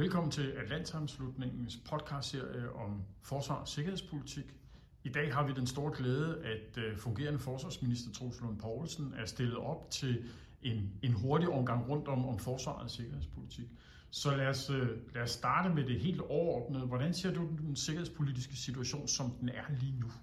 Velkommen til Atlantsammenslutningens podcastserie om forsvar og sikkerhedspolitik. I dag har vi den store glæde, at fungerende forsvarsminister Troels Lund Poulsen er stillet op til en hurtig omgang rundt om forsvar og sikkerhedspolitik. Så lad os starte med det helt overordnede. Hvordan ser du den sikkerhedspolitiske situation, som den er lige nu?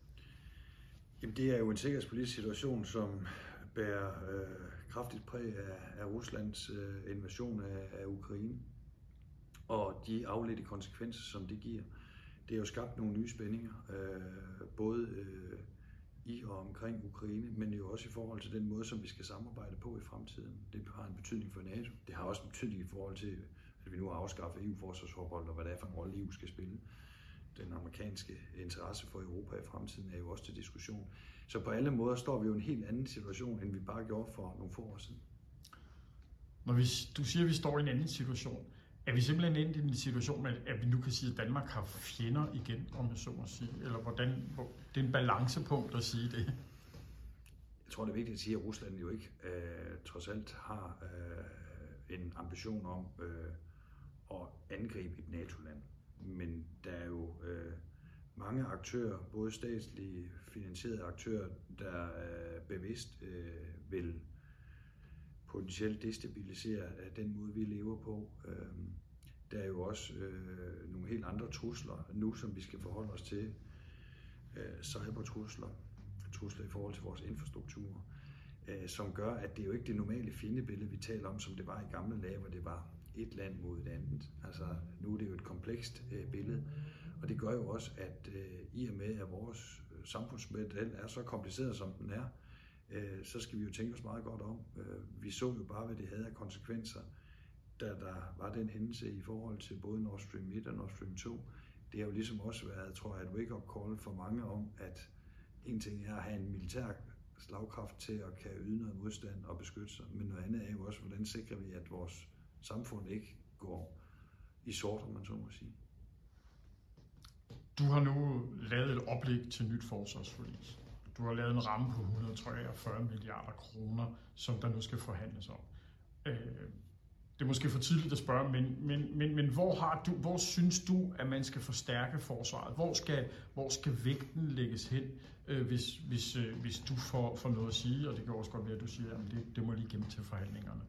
Jamen, det er jo en sikkerhedspolitisk situation, som bærer kraftigt præg af Ruslands invasion af Ukraine og de afledte konsekvenser, som det giver. Det har jo skabt nogle nye spændinger, både i og omkring Ukraine, men jo også i forhold til den måde, som vi skal samarbejde på i fremtiden. Det har en betydning for NATO. Det har også en betydning i forhold til, at vi nu har afskaffet EU-forsvarsforbeholdet, og hvad det er for en rolle EU skal spille. Den amerikanske interesse for Europa i fremtiden er jo også til diskussion. Så på alle måder står vi jo i en helt anden situation, end vi bare gjorde for nogle få år siden. Når du siger, at vi står i en anden situation, er vi simpelthen endt i en situation, at vi nu kan sige, at Danmark har fjender igen, om jeg så må sige? Eller hvordan, det er en balancepunkt at sige det? Jeg tror, det er vigtigt at sige, at Rusland jo ikke trods alt har en ambition om at angribe et NATO-land. Men der er jo mange aktører, både statslige finansierede aktører, der bevidst vil potentielt destabilisere den måde, vi lever på. Der er jo også nogle helt andre trusler nu, som vi skal forholde os til. Cybertrusler, trusler i forhold til vores infrastruktur, som gør, at det er jo ikke det normale fjendebillede, vi taler om, som det var i gamle dage, hvor det var et land mod et andet. Altså, nu er det jo et komplekst billede, og det gør jo også, at i og med, at vores samfundsmodel er så kompliceret, som den er, så skal vi jo tænke os meget godt om. Vi så jo bare, hvad det havde af konsekvenser, da der var den hændelse i forhold til både Nord Stream 1 og Nord Stream 2. Det har jo ligesom også været, tror jeg, et wake-up call for mange om, at en ting er at have en militær slagkraft til at kan yde noget modstand og beskytte sig, men noget andet er jo også, hvordan sikrer vi, at vores samfund ikke går i sort, om man så må sige. Du har nu lavet et oplæg til nyt forsvarsforlig. Du har lavet en ramme på 143 milliarder kroner, som der nu skal forhandles om. Det er måske for tidligt at spørge, men hvor synes du, at man skal forstærke forsvaret? Hvor skal vægten lægges hen, hvis du får noget at sige? Og det kan også godt være, at du siger, at det må lige gemme til forhandlingerne.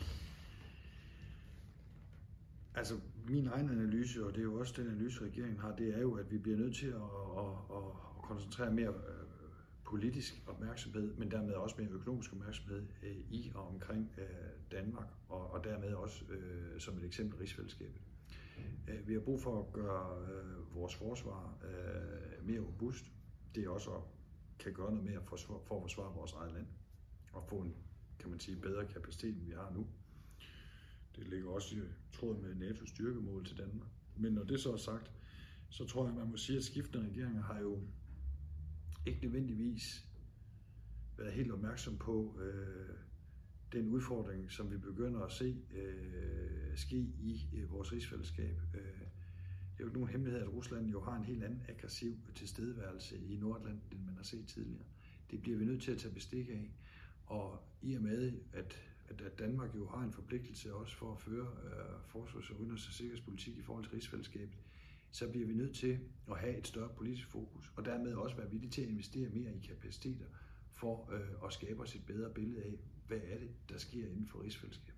Altså, min egen analyse, og det er jo også den analyse, regeringen har, det er jo, at vi bliver nødt til at koncentrere mere politisk opmærksomhed, men dermed også mere økonomisk opmærksomhed i og omkring Danmark, og dermed også som et eksempel rigsfællesskabet. Vi har brug for at gøre vores forsvar mere robust. Det er også kan gøre noget mere for at forsvare vores eget land, og få en, kan man sige, bedre kapacitet, end vi har nu. Det ligger også i tråd med NATO's styrkemål til Danmark. Men når det så er sagt, så tror jeg, man må sige, at skiftende regeringer har jo ikke nødvendigvis været helt opmærksom på den udfordring, som vi begynder at se ske i vores rigsfællesskab. Det er jo ikke nogen hemmelighed, at Rusland jo har en helt anden aggressiv tilstedeværelse i Nordatlanten, end man har set tidligere. Det bliver vi nødt til at tage bestik af, og i og med, at Danmark jo har en forpligtelse også for at føre forsvars- og udenrigs- og sikkerhedspolitik i forhold til rigsfællesskabet, så bliver vi nødt til at have et større politisk fokus, og dermed også være villige til at investere mere i kapaciteter for at skabe os et bedre billede af, hvad er det, der sker inden for rigsfællesskabet.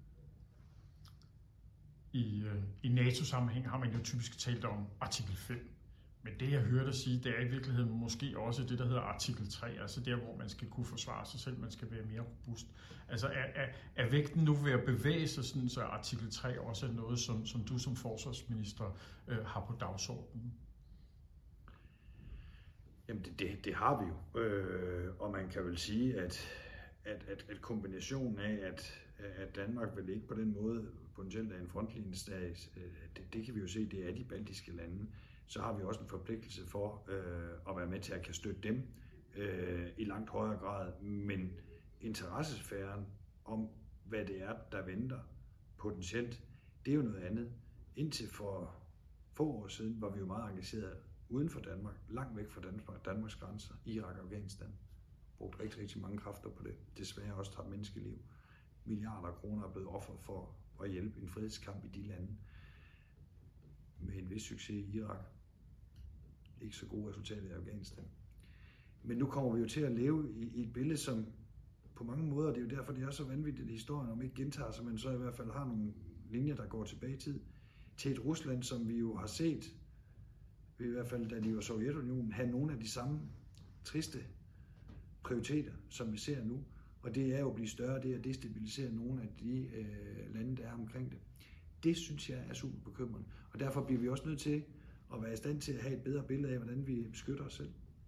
I NATO-sammenhæng har man jo typisk talt om artikel 5. Men det, jeg hører dig sige, det er i virkeligheden måske også det, der hedder artikel 3, altså der, hvor man skal kunne forsvare sig selv, man skal være mere robust. Altså er vægten nu ved at bevæge sig, sådan, så artikel 3 også er noget, som du som forsvarsminister har på dagsordenen? Jamen det har vi jo, og man kan vel sige, at kombinationen af, at Danmark vel ikke på den måde potentielt er en frontlinjestat, det kan vi jo se, det er de baltiske lande. Så har vi også en forpligtelse for at være med til at kan støtte dem i langt højere grad. Men interessesfæren om, hvad det er, der venter potentielt, det er jo noget andet. Indtil for få år siden var vi jo meget engageret uden for Danmark, langt væk fra Danmarks grænser, Irak og Afghanistan. Brugt rigtig mange kræfter på det. Desværre også tabt menneskeliv. Milliarder af kroner er blevet offret for at hjælpe en frihedskamp i de lande. med en vis succes i Irak. Ikke så gode resultater i Afghanistan. Men nu kommer vi jo til at leve i et billede, som på mange måder, det er jo derfor, det er så vanvittigt, at historien om ikke gentager sig, men så i hvert fald har nogle linjer, der går tilbage i tid, til et Rusland, som vi jo har set, i hvert fald da de var Sovjetunionen, have nogle af de samme triste prioriteter, som vi ser nu. Og det er jo at blive større, det er at destabilisere nogle af de lande, der er omkring det. Det synes jeg er super bekymrende. Og derfor bliver vi også nødt til at være i stand til at have et bedre billede af, hvordan vi beskytter os selv.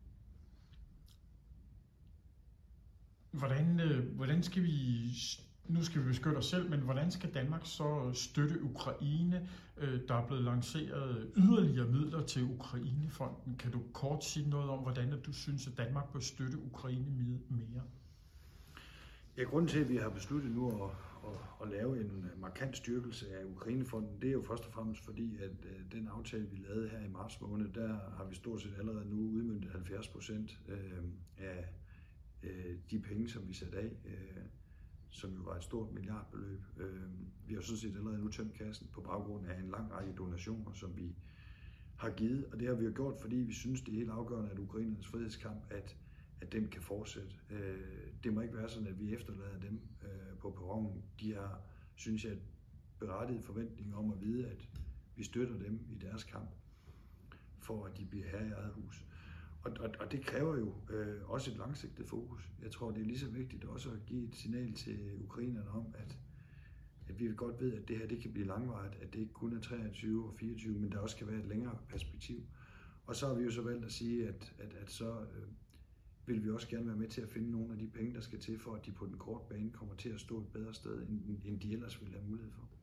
Hvordan skal vi, nu skal vi beskytte os selv, men hvordan skal Danmark så støtte Ukraine? Der er blevet lanceret yderligere midler til Ukrainefonden. Kan du kort sige noget om, hvordan du synes, at Danmark bør støtte Ukraine mere? Ja, grunden til, at vi har besluttet nu at lave en markant styrkelse af Ukrainefonden, det er jo først og fremmest fordi, at den aftale, vi lavede her i marts måned, der har vi stort set allerede nu udmøntet 70% af de penge, som vi satte af, som jo var et stort milliardbeløb. Vi har sådan set allerede nu tømt kassen på baggrund af en lang række donationer, som vi har givet, og det har vi jo gjort, fordi vi synes, det er helt afgørende, at ukrainernes frihedskamp, at den kan fortsætte. Det må ikke være sådan, at vi efterlader dem på perronen. De har, synes jeg, berettiget forventning om at vide, at vi støtter dem i deres kamp, for at de bliver herre i eget hus. Og det kræver jo også et langsigtet fokus. Jeg tror, det er lige så vigtigt også at give et signal til ukrainerne om, at vi godt ved, at det her det kan blive langvarigt, at det ikke kun er 23 og 24, men der også kan være et længere perspektiv. Og så har vi jo så valgt at sige, at så vil vi også gerne være med til at finde nogle af de penge, der skal til, for at de på den korte bane kommer til at stå et bedre sted, end de ellers ville have mulighed for.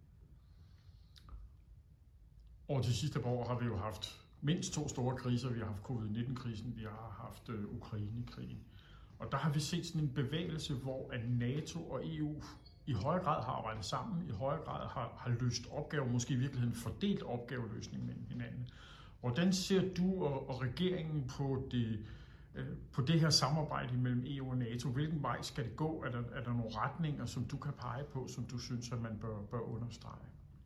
Og de sidste par år har vi jo haft mindst 2 store kriser. Vi har haft covid-19-krisen, vi har haft Ukraine-krigen. Og der har vi set sådan en bevægelse, hvor NATO og EU i højere grad har arbejdet sammen, i højere grad har løst opgaver, måske i virkeligheden fordelt opgaveløsning mellem hinanden. Hvordan ser du og regeringen på det her samarbejde mellem EU og NATO? Hvilken vej skal det gå? Er der nogle retninger, som du kan pege på, som du synes, at man bør understrege?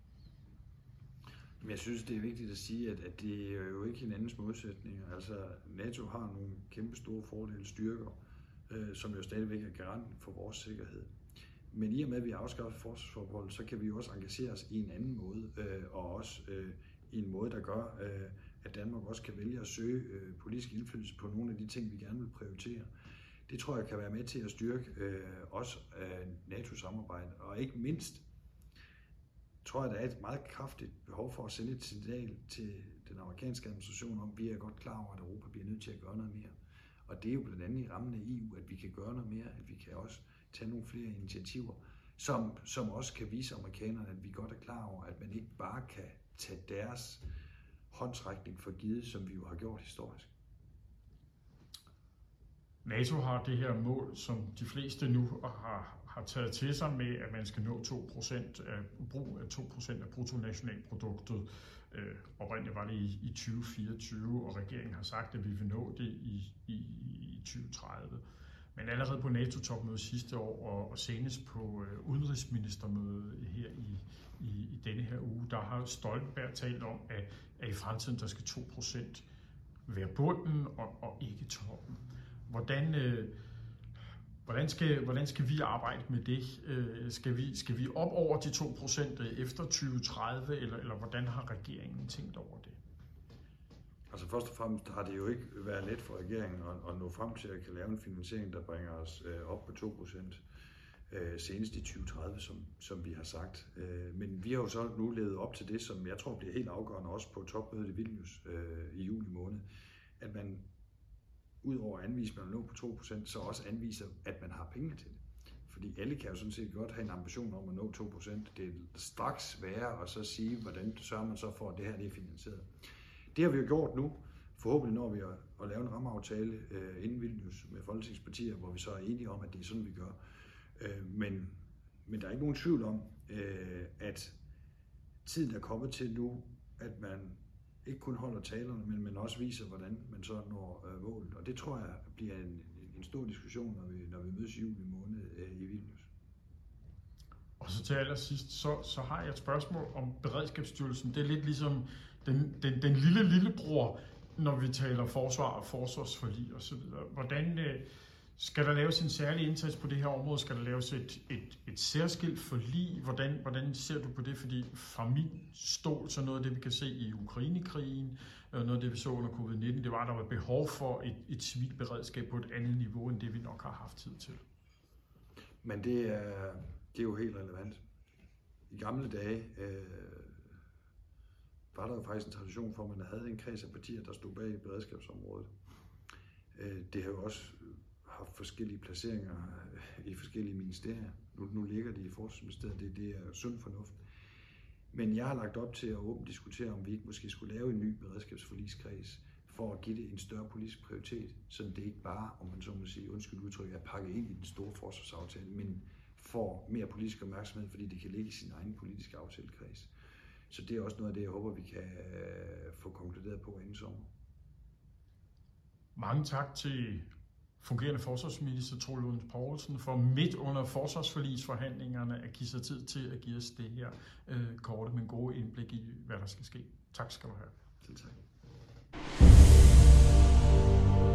Jeg synes, det er vigtigt at sige, at det er jo ikke hinandens modsætninger. Altså, NATO har nogle kæmpe store fordele, styrker, som jo stadigvæk er garanten for vores sikkerhed. Men i og med, at vi har afskaffet forsvarsforbeholdet, så kan vi jo også engagere os i en anden måde, og også i en måde, der gør, at Danmark også kan vælge at søge politisk indflydelse på nogle af de ting, vi gerne vil prioritere. Det tror jeg kan være med til at styrke også NATO-samarbejdet, og ikke mindst tror jeg, der er et meget kraftigt behov for at sende et signal til den amerikanske administration om, at vi er godt klar over, at Europa bliver nødt til at gøre noget mere. Og det er jo blandt andet i rammen af EU, at vi kan gøre noget mere, at vi kan også tage nogle flere initiativer, som også kan vise amerikanerne, at vi godt er klar over, at man ikke bare kan tage deres håndsrækning for givet, som vi jo har gjort historisk. NATO har det her mål, som de fleste nu har taget til sig med, at man skal nå 2% af brug af 2% af bruttonationalproduktet. Oprindeligt var det i 2024, og regeringen har sagt, at vi vil nå det i 2030. Men allerede på NATO-topmødet sidste år og senest på udenrigsministermødet her i denne her uge, der har Stoltenberg talt om, at i fremtiden der skal 2% være bunden og ikke toppen. Hvordan skal vi arbejde med det? Skal vi op over de 2% efter 2030, eller hvordan har regeringen tænkt over det? Altså først og fremmest har det jo ikke været let for regeringen at nå frem til at kan lave en finansiering, der bringer os op på 2% senest i 2030, som vi har sagt. Men vi har jo så nu levet op til det, som jeg tror bliver helt afgørende også på topmødet i Vilnius i juli måned, at man udover at anvise, at man nå på 2%, så også anviser, at man har penge til det. Fordi alle kan jo sådan set godt have en ambition om at nå 2%. Det er straks sværere at så sige, hvordan sørger man så for, at det her det er finansieret. Det har vi jo gjort nu. Forhåbentlig når vi at lave en rammeaftale inden Vilnius med folketingspartier, hvor vi så er enige om, at det er sådan, vi gør. Men der er ikke nogen tvivl om, at tiden er kommet til nu, at man ikke kun holder talerne, men man også viser, hvordan man så når målet. Og det tror jeg bliver en stor diskussion, når vi mødes i juli måned i Vilnius. Og så til allersidst, så har jeg et spørgsmål om Beredskabsstyrelsen. Det er lidt ligesom den lillebror, når vi taler forsvar og forsvarsforlig osv. Hvordan skal der laves en særlig indsats på det her område? Skal der laves et særskilt forlig? Hvordan ser du på det? Fordi fra min stol, så noget af det, vi kan se i Ukrainekrigen, noget af det, vi så under covid-19, det var, at der var behov for et civilt beredskab på et andet niveau, end det vi nok har haft tid til. Men det er jo helt relevant. I gamle dage var der jo faktisk en tradition for, at man havde en kreds af partier, der stod bag beredskabsområdet. Det har jo også haft forskellige placeringer i forskellige ministerier. Nu ligger de i Forsvarsministeriet, det er sund fornuft. Men jeg har lagt op til at åbent diskutere, om vi ikke måske skulle lave en ny beredskabsforligskreds, for at give det en større politisk prioritet, så det ikke bare, om man så må sige, undskyld udtryk, er pakket ind i den store forsvarsaftale, men får mere politisk opmærksomhed, fordi det kan ligge i sin egen politiske aftalekreds. Så det er også noget af det, jeg håber, vi kan få konkluderet på inden sommer. Mange tak til fungerende forsvarsminister Troels Lund Poulsen for midt under forsvarsforligsforhandlingerne at give sig tid til at give os det her korte, men gode indblik i, hvad der skal ske. Tak skal du have. Selv tak.